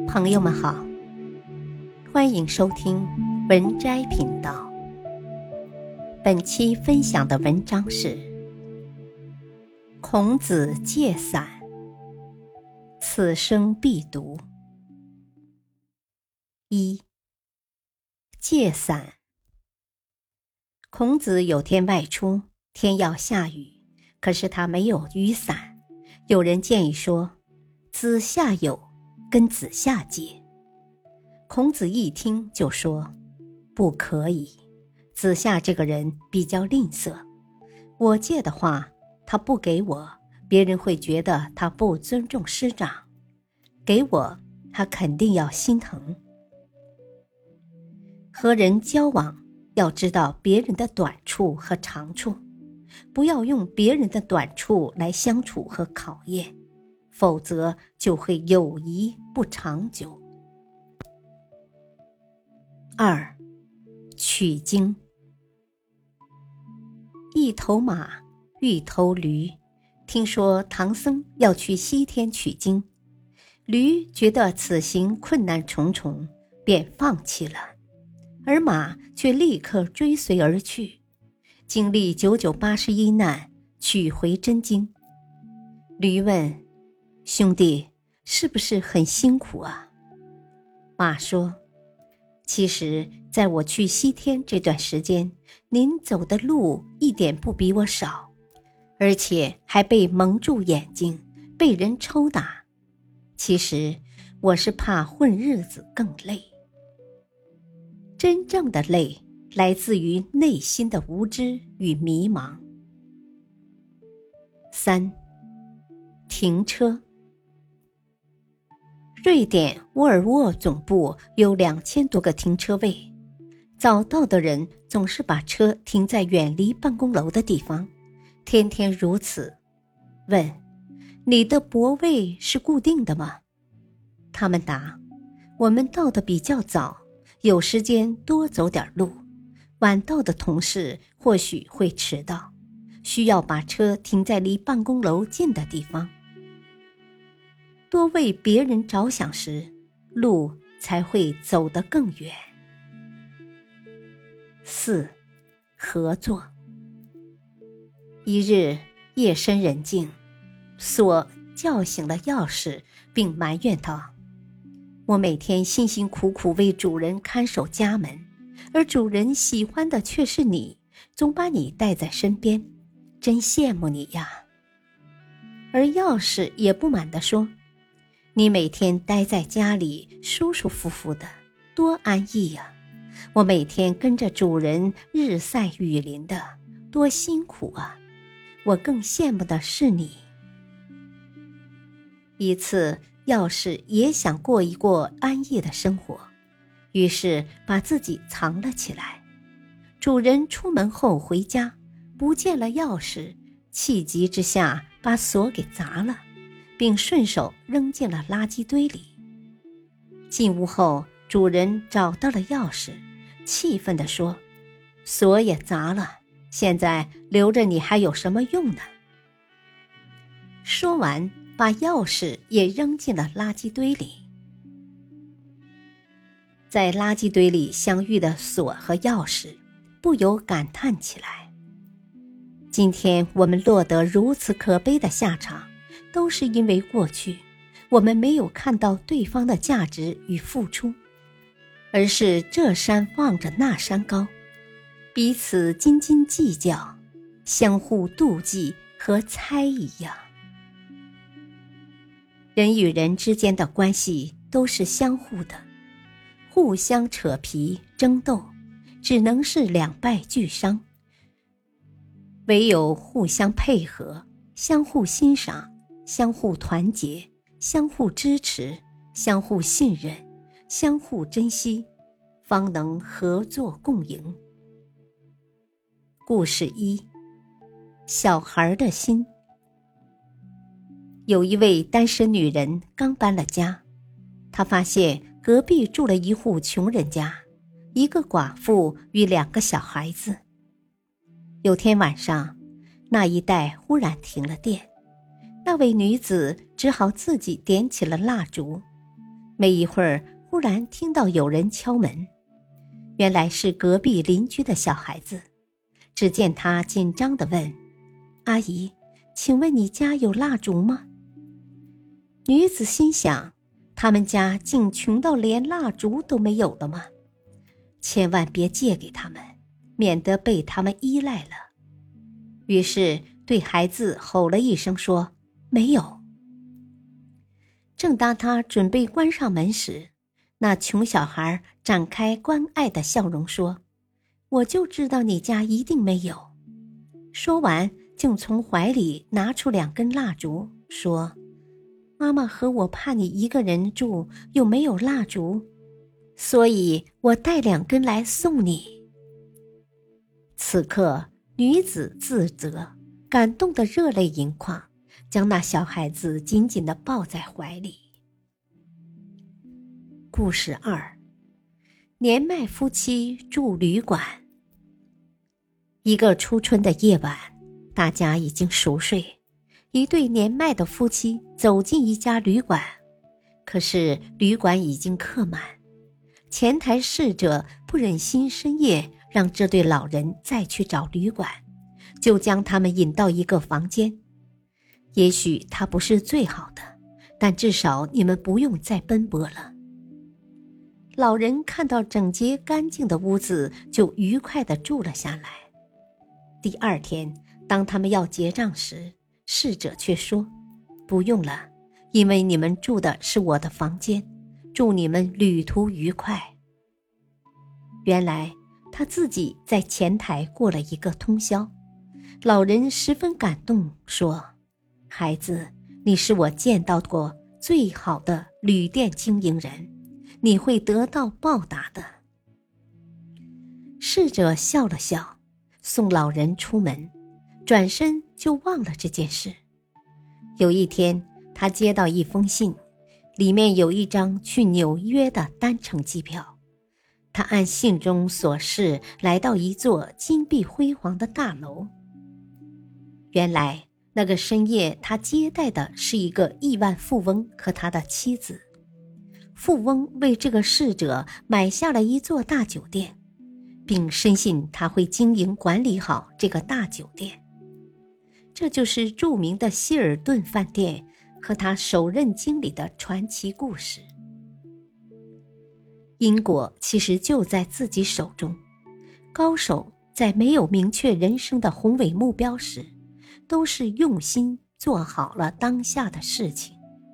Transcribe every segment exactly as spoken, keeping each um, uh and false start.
朋友们好，欢迎收听文摘频道。本期分享的文章是孔子借伞，此生必读。一、借伞。孔子有天外出，天要下雨，可是他没有雨伞。有人建议说，子夏有，跟子夏借。孔子一听就说，不可以，子夏这个人比较吝啬，我借的话他不给我，别人会觉得他不尊重师长，给我他肯定要心疼。和人交往要知道别人的短处和长处，不要用别人的短处来相处和考验，否则就会友谊不长久。二、取经。一头马，一头驴，听说唐僧要去西天取经，驴觉得此行困难重重，便放弃了，而马却立刻追随而去，经历九九八十一难，取回真经。驴问，兄弟，是不是很辛苦啊？马说，其实在我去西天这段时间，您走的路一点不比我少，而且还被蒙住眼睛，被人抽打。其实我是怕混日子更累。真正的累来自于内心的无知与迷茫。三、停车。瑞典沃尔沃总部有两千多个停车位，早到的人总是把车停在远离办公楼的地方，天天如此。问，你的泊位是固定的吗？他们答，我们到得比较早，有时间多走点路，晚到的同事或许会迟到，需要把车停在离办公楼近的地方。多为别人着想时，路才会走得更远。四、合作。一日夜深人静，锁叫醒了钥匙，并埋怨道，我每天辛辛苦苦为主人看守家门，而主人喜欢的却是你，总把你带在身边，真羡慕你呀。而钥匙也不满地说，你每天待在家里舒舒服服的，多安逸呀！我每天跟着主人日晒雨淋的，多辛苦啊！我更羡慕的是你。一次，钥匙也想过一过安逸的生活，于是把自己藏了起来。主人出门后回家，不见了钥匙，气急之下把锁给砸了，并顺手扔进了垃圾堆里。进屋后，主人找到了钥匙，气愤地说，锁也砸了，现在留着你还有什么用呢？说完，把钥匙也扔进了垃圾堆里。在垃圾堆里相遇的锁和钥匙，不由感叹起来。今天我们落得如此可悲的下场，都是因为过去我们没有看到对方的价值与付出，而是这山望着那山高，彼此斤斤计较，相互妒忌和猜疑呀。人与人之间的关系都是相互的，互相扯皮争斗，只能是两败俱伤。唯有互相配合，相互欣赏，相互团结，相互支持，相互信任，相互珍惜，方能合作共赢。故事一，小孩的心。有一位单身女人刚搬了家，她发现隔壁住了一户穷人家，一个寡妇与两个小孩子。有天晚上，那一带忽然停了电，那位女子只好自己点起了蜡烛， 没一会儿，忽然听到有人敲门，原来是隔壁邻居的小孩子。只见他紧张地问：阿姨，请问你家有蜡烛吗？女子心想，他们家竟穷到连蜡烛都没有了吗？千万别借给他们，免得被他们依赖了。于是对孩子吼了一声说：没有。正当他准备关上门时，那穷小孩展开关爱的笑容说：我就知道你家一定没有。说完竟从怀里拿出两根蜡烛，说：妈妈和我怕你一个人住又没有蜡烛，所以我带两根来送你。此刻女子自责，感动得热泪盈眶，将那小孩子紧紧地抱在怀里。故事二：年迈夫妻住旅馆。一个初春的夜晚，大家已经熟睡，一对年迈的夫妻走进一家旅馆，可是旅馆已经客满，前台侍者不忍心深夜让这对老人再去找旅馆，就将他们引到一个房间。也许它不是最好的，但至少你们不用再奔波了。老人看到整洁干净的屋子，就愉快地住了下来。第二天，当他们要结账时，侍者却说：不用了，因为你们住的是我的房间，祝你们旅途愉快。原来他自己在前台过了一个通宵。老人十分感动，说：孩子，你是我见到过最好的旅店经营人，你会得到报答的。侍者笑了笑，送老人出门，转身就忘了这件事。有一天，他接到一封信，里面有一张去纽约的单程机票。他按信中所示来到一座金碧辉煌的大楼。原来那个深夜他接待的是一个亿万富翁和他的妻子。富翁为这个侍者买下了一座大酒店，并深信他会经营管理好这个大酒店。这就是著名的希尔顿饭店和他首任经理的传奇故事。因果其实就在自己手中，高手在没有明确人生的宏伟目标时，都是用心做好了当下的事情。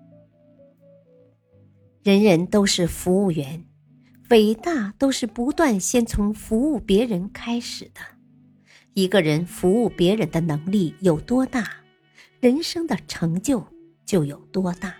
人人都是服务员，伟大都是不断先从服务别人开始的。一个人服务别人的能力有多大，人生的成就就有多大。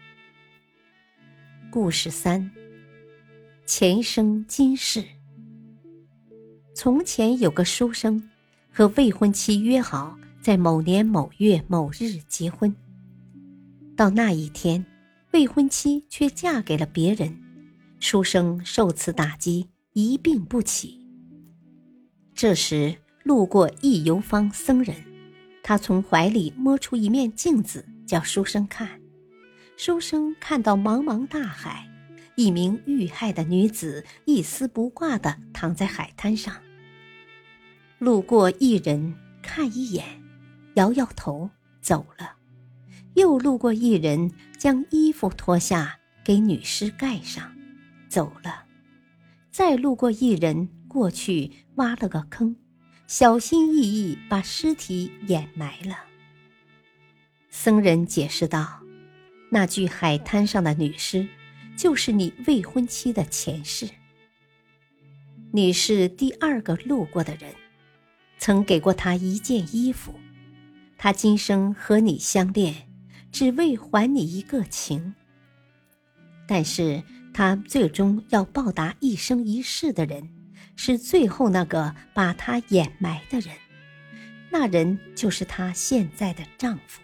故事三：前生今世。从前有个书生和未婚妻约好在某年某月某日结婚，到那一天，未婚妻却嫁给了别人，书生受此打击，一病不起。这时路过一游方僧人，他从怀里摸出一面镜子，叫书生看。书生看到茫茫大海，一名遇害的女子一丝不挂地躺在海滩上。路过一人，看一眼，摇摇头走了。又路过一人，将衣服脱下给女尸盖上，走了。再路过一人，过去挖了个坑，小心翼翼把尸体掩埋了。僧人解释道：那具海滩上的女尸就是你未婚妻的前世，你是第二个路过的人，曾给过她一件衣服，她今生和你相恋，只为还你一个情。但是她最终要报答一生一世的人，是最后那个把她掩埋的人，那人就是她现在的丈夫。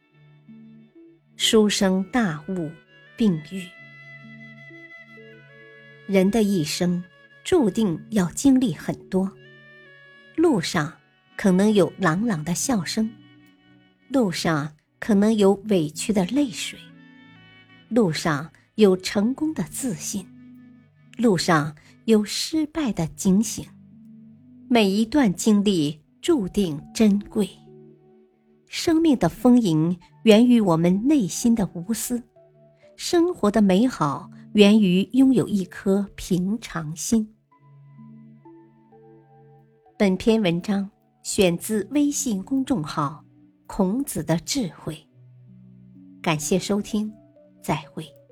书生大悟，并喻人的一生注定要经历很多，路上可能有朗朗的笑声，路上可能有委屈的泪水，路上有成功的自信，路上有失败的警醒。每一段经历注定珍贵。生命的丰盈源于我们内心的无私，生活的美好源于拥有一颗平常心。本篇文章选自微信公众号孔子的智慧。感谢收听，再会。